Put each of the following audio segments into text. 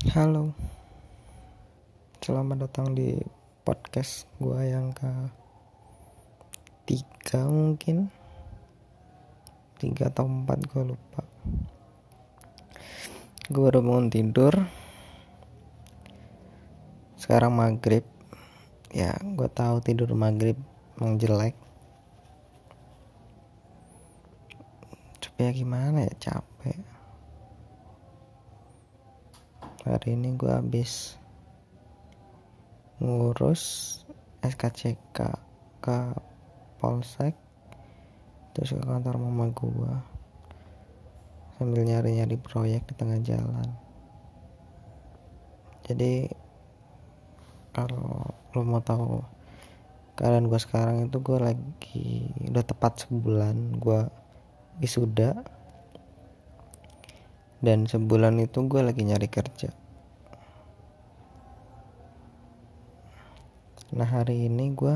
Halo, selamat datang di podcast gue yang ketiga mungkin 3 atau 4 gue lupa. Gue baru bangun tidur. Sekarang maghrib. Ya, gue tahu tidur maghrib emang jelek. Tapi ya gimana ya, capek. Hari ini gue habis ngurus SKCK ke Polsek, terus ke kantor mama gue, sambil nyari-nyari proyek di tengah jalan. Jadi kalau lo mau tahu keadaan gue sekarang itu, gue lagi udah tepat sebulan gue wisuda, dan sebulan itu gue lagi nyari kerja. Nah, hari ini gue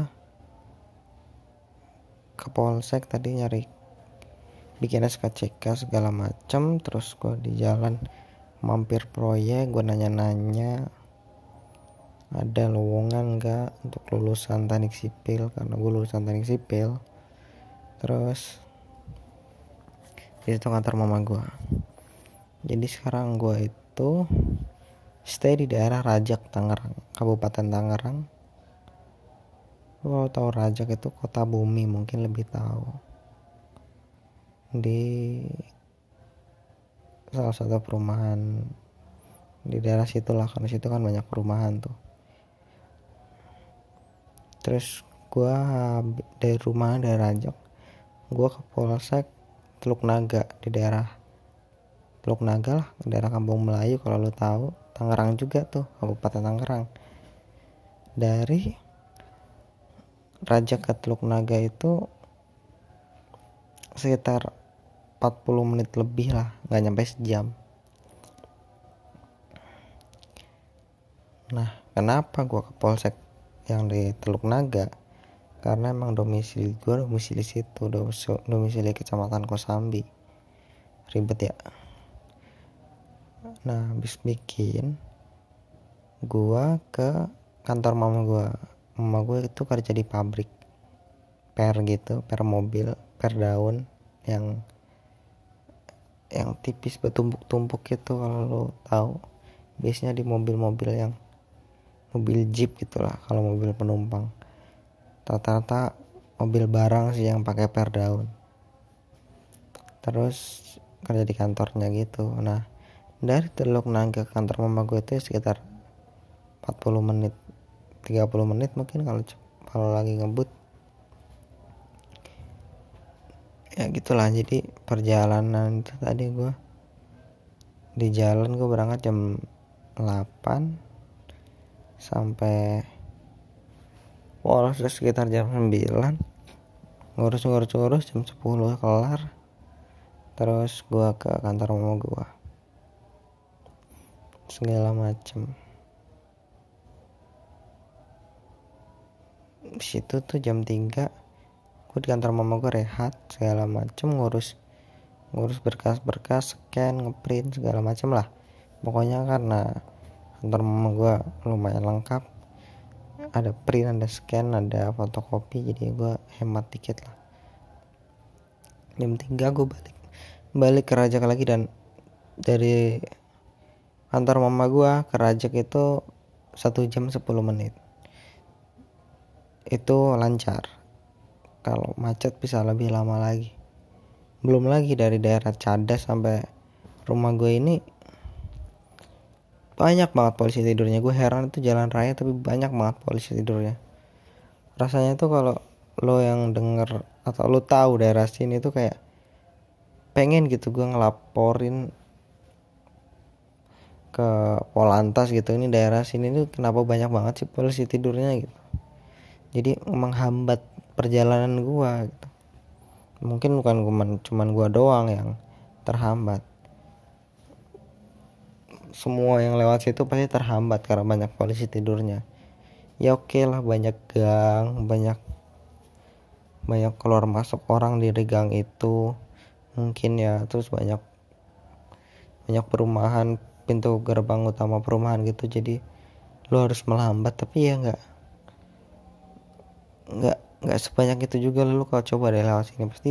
ke Polsek tadi nyari bikin SKCK segala macem. Terus gue di jalan mampir proyek, gue nanya-nanya ada lowongan gak untuk lulusan teknik sipil, karena gue lulusan teknik sipil. Terus di situ kantor mama gue. Jadi sekarang gue itu stay di daerah Rajak, Tangerang, Kabupaten Tangerang. Kalau tahu Rajak itu kota bumi, mungkin lebih tahu. Di salah satu perumahan di daerah situ lah, karena situ kan banyak perumahan tuh. Terus gue dari rumah dari Rajak, gue ke Polsek Teluk Naga, di daerah Teluk Naga lah, daerah Kampung Melayu kalau lo tahu. Tangerang juga tuh, Kabupaten Tangerang. Dari Rajak ke Teluk Naga itu sekitar 40 menit lebih lah, gak nyampe sejam. Nah, kenapa gue ke Polsek yang di Teluk Naga? Karena emang domisili gue domisili situ, domisili Kecamatan Kosambi. Ribet ya. Nah, habis bikin, gue ke kantor mama gue. Mama gue itu kerja di pabrik per gitu, per mobil, per daun yang tipis bertumpuk-tumpuk gitu, kalau lo tahu. Biasanya di mobil-mobil yang mobil jeep gitulah, kalau mobil penumpang. Rata-rata mobil barang sih yang pakai per daun. Terus kerja di kantornya gitu. Nah, dari Teluk Naga ke kantor mama gue itu sekitar 40 menit, 30 menit mungkin kalau lagi ngebut. Ya gitulah. Jadi perjalanan itu tadi gue di jalan, gue berangkat jam 8 sampai Polres sekitar jam 9. Ngurus jam 10 kelar. Terus gue ke kantor mama gue segala macem. Di situ tuh jam 3 gue di kantor mama gue rehat segala macem, ngurus berkas-berkas, scan, ngeprint segala macem lah. Pokoknya karena kantor mama gue lumayan lengkap, ada print, ada scan, ada fotokopi, jadi gue hemat dikit lah. Jam 3 gue balik ke Rajak lagi, dan dari kantor mama gue ke Rajak itu 1 jam 10 menit. Itu lancar. Kalau macet bisa lebih lama lagi. Belum lagi dari daerah Cadas sampai rumah gue ini banyak banget polisi tidurnya. Gue heran, itu jalan raya tapi banyak banget polisi tidurnya. Rasanya tuh kalau lo yang denger atau lo tahu daerah sini tuh kayak pengen gitu gue ngelaporin ke Polantas gitu, ini daerah sini tuh kenapa banyak banget sih polisi tidurnya gitu. Jadi menghambat perjalanan gue gitu. Mungkin bukan cuman gue doang yang terhambat, semua yang lewat situ pasti terhambat karena banyak polisi tidurnya. Ya oke lah, banyak gang, banyak keluar masuk orang di gang itu mungkin ya. Terus banyak perumahan pintu gerbang utama perumahan gitu, jadi lu harus melambat. Tapi ya nggak sebanyak itu juga. Lu kalau coba deh lewat sini pasti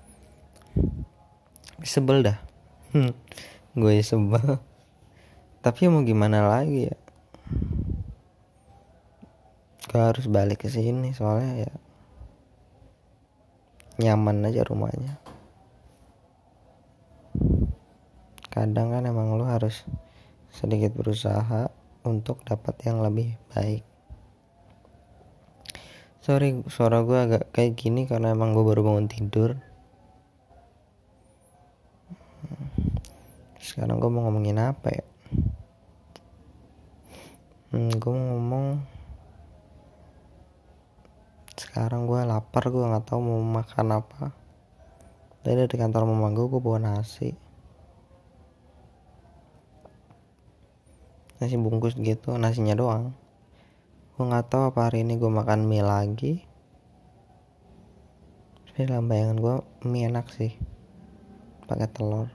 sebel dah. Gue sebel, tapi mau gimana lagi ya, gue harus balik ke sini soalnya ya nyaman aja rumahnya. Kadang kan emang lu harus sedikit berusaha untuk dapat yang lebih baik. Sorry, suara gue agak kayak gini karena emang gue baru bangun tidur. Sekarang gue mau ngomongin apa ya? Gue mau ngomong, sekarang gue lapar, gue nggak tahu mau makan apa. Tadi dari kantor mama gue bawa nasi bungkus gitu, nasinya doang. Gue nggak tahu apa hari ini gue makan mie lagi. Tapi dalam bayangan gue mie enak sih, pakai telur.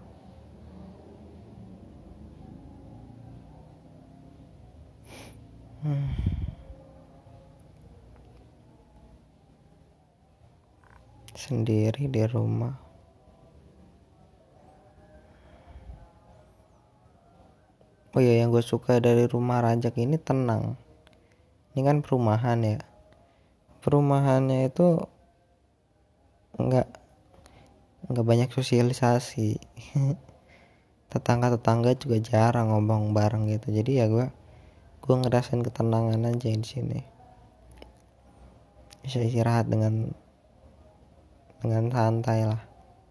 Sendiri di rumah. Oh iya, yang gue suka dari rumah Rajak ini tenang. Ini kan perumahan ya. Perumahannya itu nggak banyak sosialisasi. Tetangga juga jarang ngomong bareng gitu. Jadi ya gue ngerasain ketenangan aja di sini. Bisa istirahat dengan santai lah.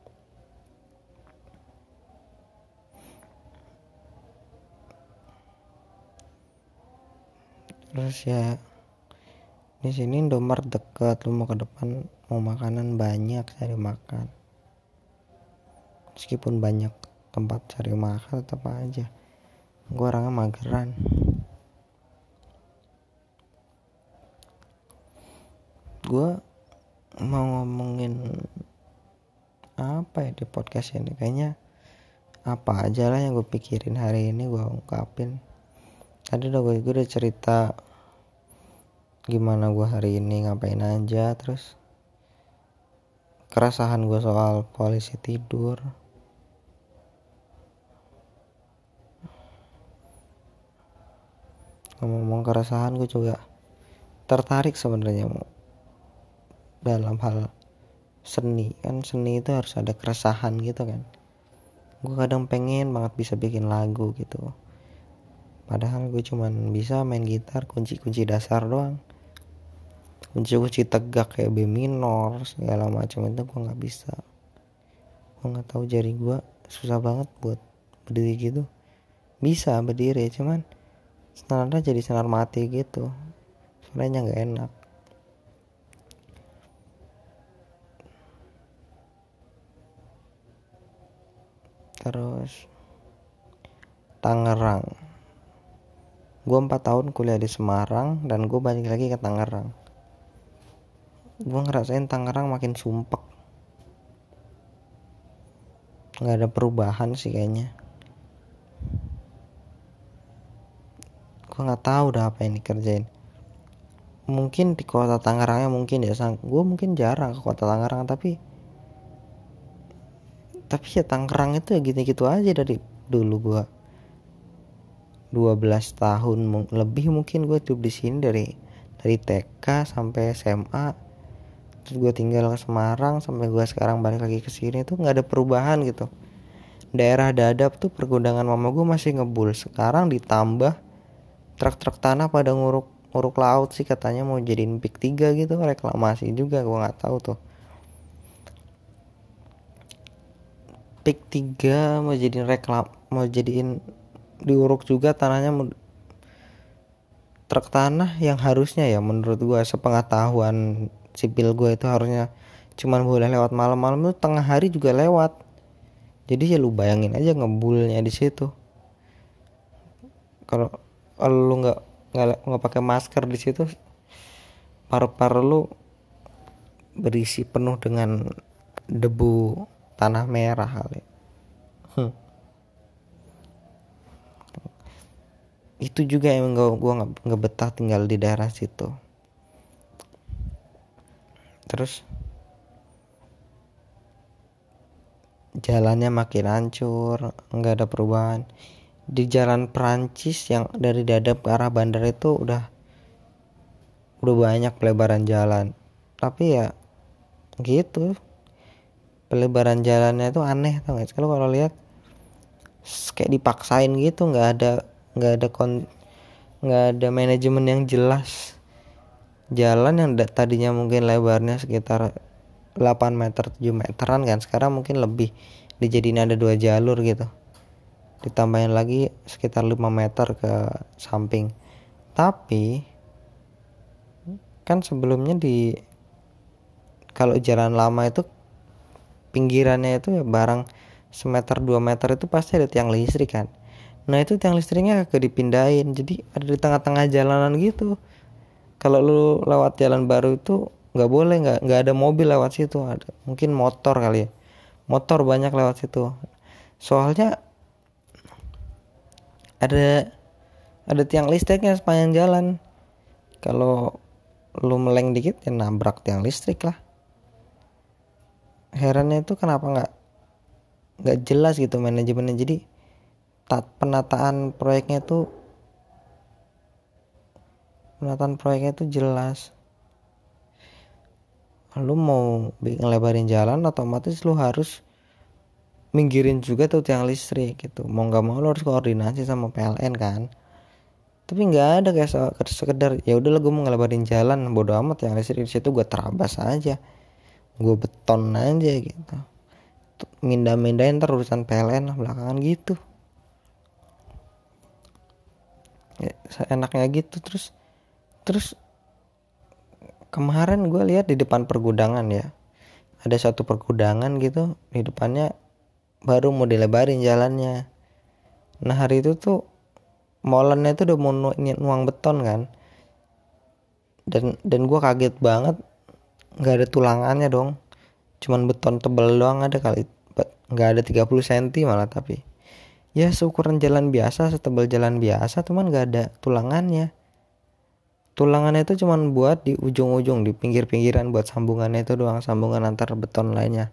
Terus ya di sini Indomaret dekat, lu mau ke depan mau makanan banyak, cari makan. Meskipun banyak tempat cari makan tetap aja gue orangnya mageran. Gue mau ngomongin apa ya di podcast ini, kayaknya apa aja lah yang gue pikirin hari ini gue ungkapin. Tadi gue udah cerita gimana gue hari ini ngapain aja, terus keresahan gue soal polisi tidur. Ngomong keresahan, gue juga tertarik sebenarnya dalam hal seni. Kan seni itu harus ada keresahan gitu kan. Gue kadang pengen banget bisa bikin lagu gitu, padahal gue cuman bisa main gitar kunci-kunci dasar doang, kunci-kunci tegak kayak B minor segala macam itu gue nggak bisa. Gue nggak tahu, jari gue susah banget buat berdiri gitu. Bisa berdiri cuman senarnya jadi senar mati gitu, suaranya nggak enak. Terus Tangerang, gue 4 tahun kuliah di Semarang dan gue balik lagi ke Tangerang. Gue ngerasain Tangerang makin sumpek, nggak ada perubahan sih kayaknya. Gue nggak tahu udah apa yang dikerjain. Mungkin di kota Tangerangnya mungkin ya, gue mungkin jarang ke kota Tangerang, tapi ya Tangerang itu ya gitu-gitu aja dari dulu. Gue 12 tahun lebih mungkin gue hidup di sini, dari TK sampai SMA. Terus gue tinggal ke Semarang sampai gue sekarang balik lagi ke sini, tuh nggak ada perubahan gitu. Daerah Dadap tuh pergudangan mama gue masih ngebul, sekarang ditambah truk-truk tanah pada nguruk laut sih, katanya mau jadiin PIK 3 gitu, reklamasi juga. Gue nggak tahu tuh PIK 3 mau jadiin diuruk juga tanahnya. Truk tanah yang harusnya ya menurut gue, sepengetahuan sipil gue, itu harusnya cuman boleh lewat malam-malam, tuh tengah hari juga lewat. Jadi ya lu bayangin aja ngebulnya di situ. Kalau lu nggak pakai masker di situ, paru-paru lu berisi penuh dengan debu tanah merah kali. itu juga yang gue nggak betah tinggal di daerah situ. Terus jalannya makin hancur, nggak ada perubahan. Di jalan Perancis yang dari Dadap ke arah bandara itu udah banyak pelebaran jalan, tapi ya gitu, pelebaran jalannya itu aneh, tau gak? Kalau lihat kayak dipaksain gitu, nggak ada manajemen yang jelas. Jalan yang tadinya mungkin lebarnya sekitar 8 meter 7 meteran kan, sekarang mungkin lebih, dijadiin ada 2 jalur gitu, ditambahin lagi sekitar 5 meter ke samping. Tapi kan sebelumnya kalau jalan lama itu pinggirannya itu ya barang semeter 2 meter itu pasti ada tiang listrik kan. Nah itu tiang listriknya kagak dipindahin, jadi ada di tengah-tengah jalanan gitu. Kalau lu lewat jalan baru itu nggak boleh, nggak ada mobil lewat situ, ada mungkin motor kali ya, motor banyak lewat situ. Soalnya ada tiang listriknya sepanjang jalan. Kalau lu meleng dikit ya nabrak tiang listrik lah. Herannya itu kenapa nggak jelas gitu manajemennya. Jadi penataan proyeknya tuh jelas. Lu mau ngelebarin jalan, otomatis lu harus minggirin juga tuh tiang listrik gitu. Mau nggak mau lu harus koordinasi sama PLN kan. Tapi nggak ada, kayak sekedar ya udahlah gue mau ngelebarin jalan, bodo amat tiang listrik di situ gue terabas aja, gue beton aja gitu. Mindah-mindahin ntar urusan PLN lah belakangan gitu. Ya, enaknya gitu. Terus kemarin gue lihat di depan pergudangan ya, ada satu pergudangan gitu, di depannya baru mau dilebarin jalannya. Nah hari itu tuh molennya tuh udah mau nuang beton kan, dan gue kaget banget, nggak ada tulangannya dong, cuman beton tebel doang ada kali, nggak ada 30 cm malah. Tapi ya seukuran jalan biasa, setebal jalan biasa, cuman nggak ada tulangannya. Tulangannya itu cuman buat di ujung-ujung, di pinggir-pinggiran, buat sambungannya itu doang, sambungan antar beton lainnya.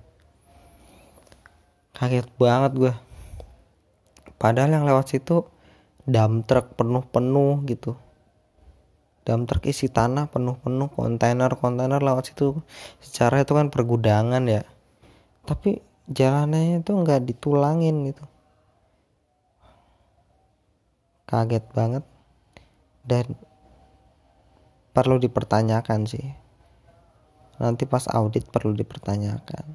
Kaget banget gue, padahal yang lewat situ dump truck penuh-penuh gitu, dump truck isi tanah penuh-penuh, kontainer lewat situ. Secara itu kan pergudangan ya, tapi jalannya itu nggak ditulangin gitu. Kaget banget, dan perlu dipertanyakan sih, nanti pas audit perlu dipertanyakan.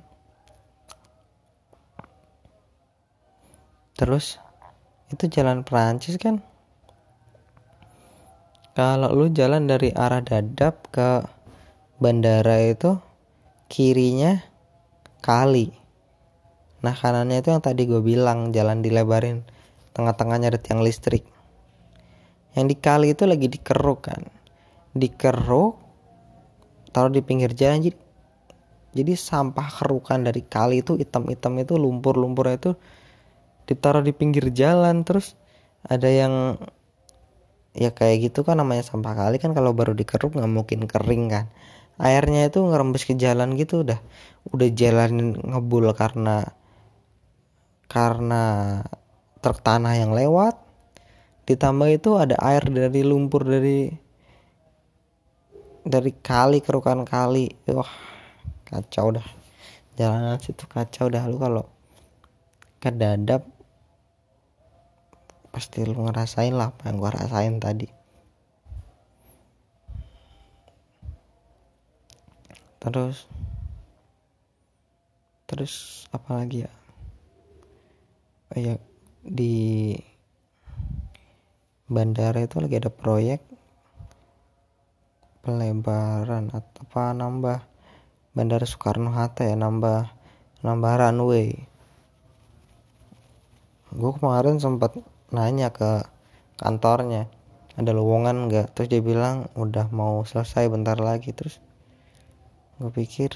Terus itu jalan Perancis kan, kalau lu jalan dari arah Dadap ke bandara itu kirinya kali, nah kanannya itu yang tadi gue bilang jalan dilebarin, tengah-tengahnya ada tiang listrik. Yang di kali itu lagi dikeruk kan, dikeruk taruh di pinggir jalan. Jadi sampah kerukan dari kali itu, hitam-hitam itu, lumpur-lumpurnya itu ditaruh di pinggir jalan. Terus ada yang ya kayak gitu kan, namanya sampah kali kan, kalau baru dikeruk nggak mungkin kering kan, airnya itu ngerembes ke jalan gitu. Udah jalan ngebul karena truk tanah yang lewat, ditambah itu ada air dari lumpur dari kali, kerukan kali. Wah kacau dah, jalanan situ kacau dah. Lu kalau ke Dadap pasti lu ngerasain lah apa yang gua rasain tadi. Terus apa lagi ya, ya di bandara itu lagi ada proyek pelebaran atau apa, nambah Bandara Soekarno Hatta ya, nambah runway. Gue kemarin sempat nanya ke kantornya, ada lowongan nggak, terus dia bilang udah mau selesai bentar lagi. Terus gue pikir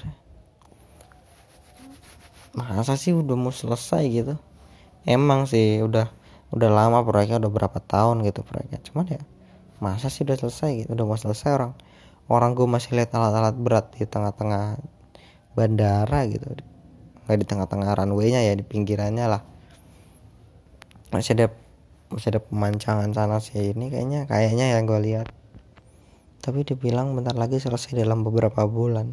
masa sih udah mau selesai gitu. Emang sih udah udah lama proyeknya, udah berapa tahun gitu proyeknya, cuman ya masa sih udah selesai gitu, udah mau selesai orang gue masih lihat alat-alat berat di tengah-tengah bandara gitu, nggak di tengah-tengah runway-nya ya, di pinggirannya lah, masih ada pemancangan sana sini, kayaknya yang gue lihat. Tapi dibilang bentar lagi selesai dalam beberapa bulan.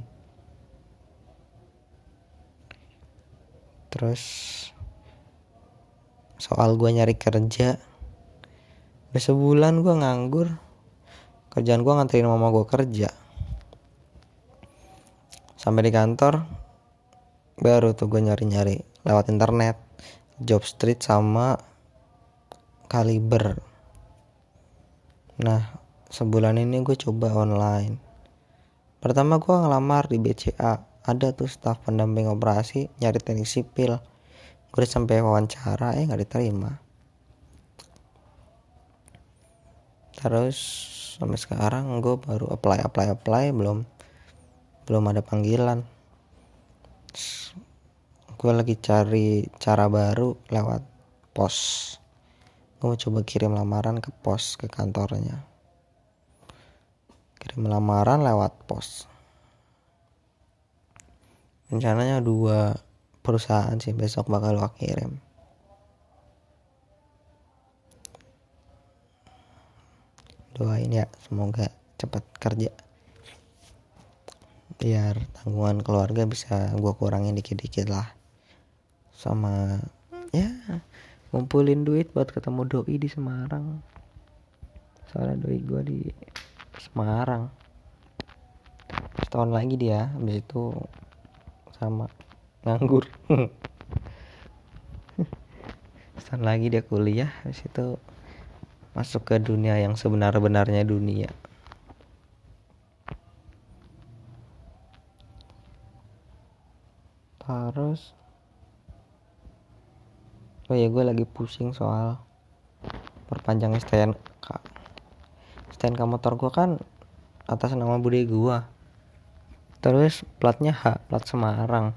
Terus soal gue nyari kerja, udah sebulan gue nganggur. Kerjaan gue nganterin mama gue kerja. Sampai di kantor baru tuh gue nyari-nyari lewat internet Jobstreet sama Kaliber. Nah, sebulan ini gue coba online. Pertama gue ngelamar di BCA, ada tuh staf pendamping operasi nyari teknik sipil. Gue udah sampai wawancara, nggak diterima. Terus sampai sekarang gue baru apply, belum ada panggilan. Gue lagi cari cara baru lewat pos. Gue mau coba kirim lamaran ke pos, ke kantornya. Kirim lamaran lewat pos. Rencananya 2 perusahaan sih besok bakal gue kirim. Doain ya, semoga cepat kerja, biar tanggungan keluarga bisa gue kurangin dikit-dikit lah, sama ya ngumpulin duit buat ketemu doi di Semarang. Soalnya doi gue di Semarang, setahun lagi dia, habis itu sama nganggur. Setahun lagi dia kuliah, habis itu masuk ke dunia yang sebenar-benarnya dunia. Terus oh ya, gue lagi pusing soal perpanjang STNK motor gue kan atas nama bude gue, terus platnya plat Semarang.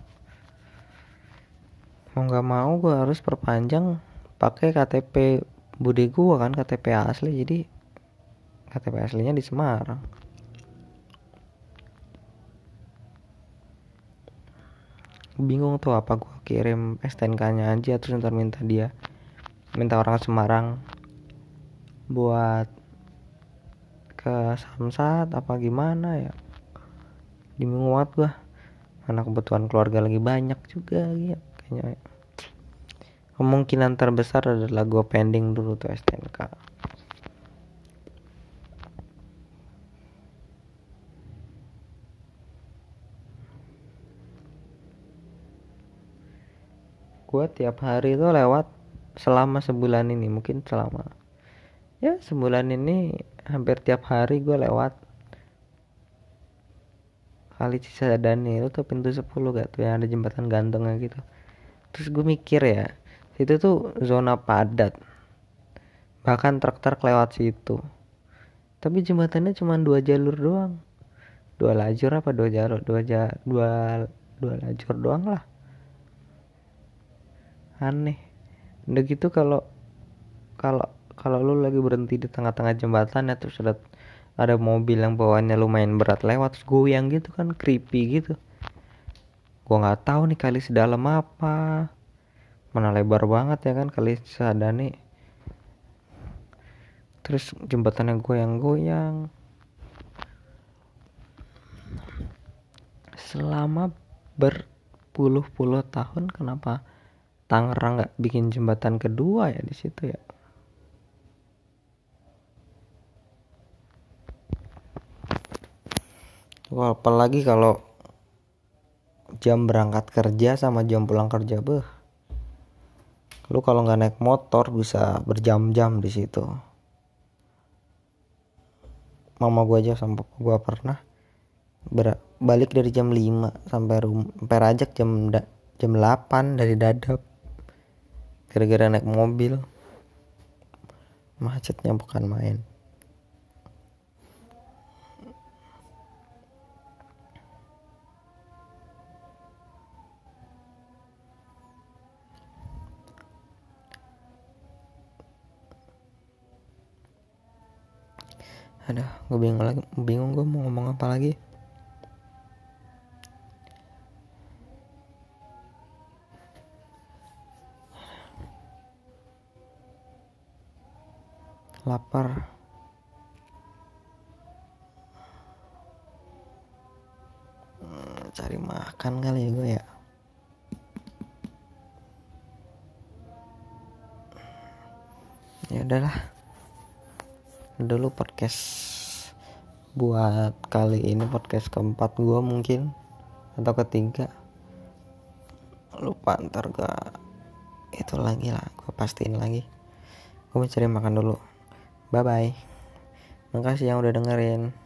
Mau nggak mau gue harus perpanjang pakai KTP bude gue kan, KTP asli, jadi KTP aslinya di Semarang. Bingung tuh, apa gue kirim STNK-nya aja terus ntar minta orang Semarang buat ke Samsat apa gimana ya. Bingung banget gue, karena kebutuhan keluarga lagi banyak juga ya. Kayaknya kemungkinan terbesar adalah gue pending dulu tuh STNK. Gue tiap hari tuh lewat selama sebulan ini, mungkin selama sebulan ini hampir tiap hari gue lewat Kali Cisadane itu tuh pintu 10 gak tuh, yang ada jembatan gantungnya gitu. Terus gue mikir ya, itu tuh zona padat, bahkan truk-truk lewat situ, tapi jembatannya cuma 2 jalur doang, 2 lajur apa 2 jalur, 2 lajur doang lah. Aneh. Udah gitu kalau kalau kalau lu lagi berhenti di tengah-tengah jembatan ya, terus ada mobil yang bawaannya lumayan berat lewat terus goyang gitu kan, creepy gitu. Gua nggak tahu nih kali sedalam apa, mana lebar banget ya kan Kali Cisadane, terus jembatannya goyang-goyang. Selama berpuluh-puluh tahun kenapa Tangerang nggak bikin jembatan kedua ya di situ ya? Wah, apalagi kalau jam berangkat kerja sama jam pulang kerja, lu kalau nggak naik motor bisa berjam-jam di situ. Mama gua aja sama papa gua pernah balik dari jam 5 sampai Rajak jam 8 dari Dadap, gara-gara naik mobil. Macetnya bukan main. Aduh, gue bingung gue mau ngomong apa lagi. Lapar. Cari makan kali ya gue ya. Ya udahlah. Dulu podcast buat kali ini, podcast keempat gue mungkin, atau ketiga, lupa, ntar gue itu lagi lah, gue pastiin lagi. Gue mau cari makan dulu. Bye bye, makasih yang udah dengerin.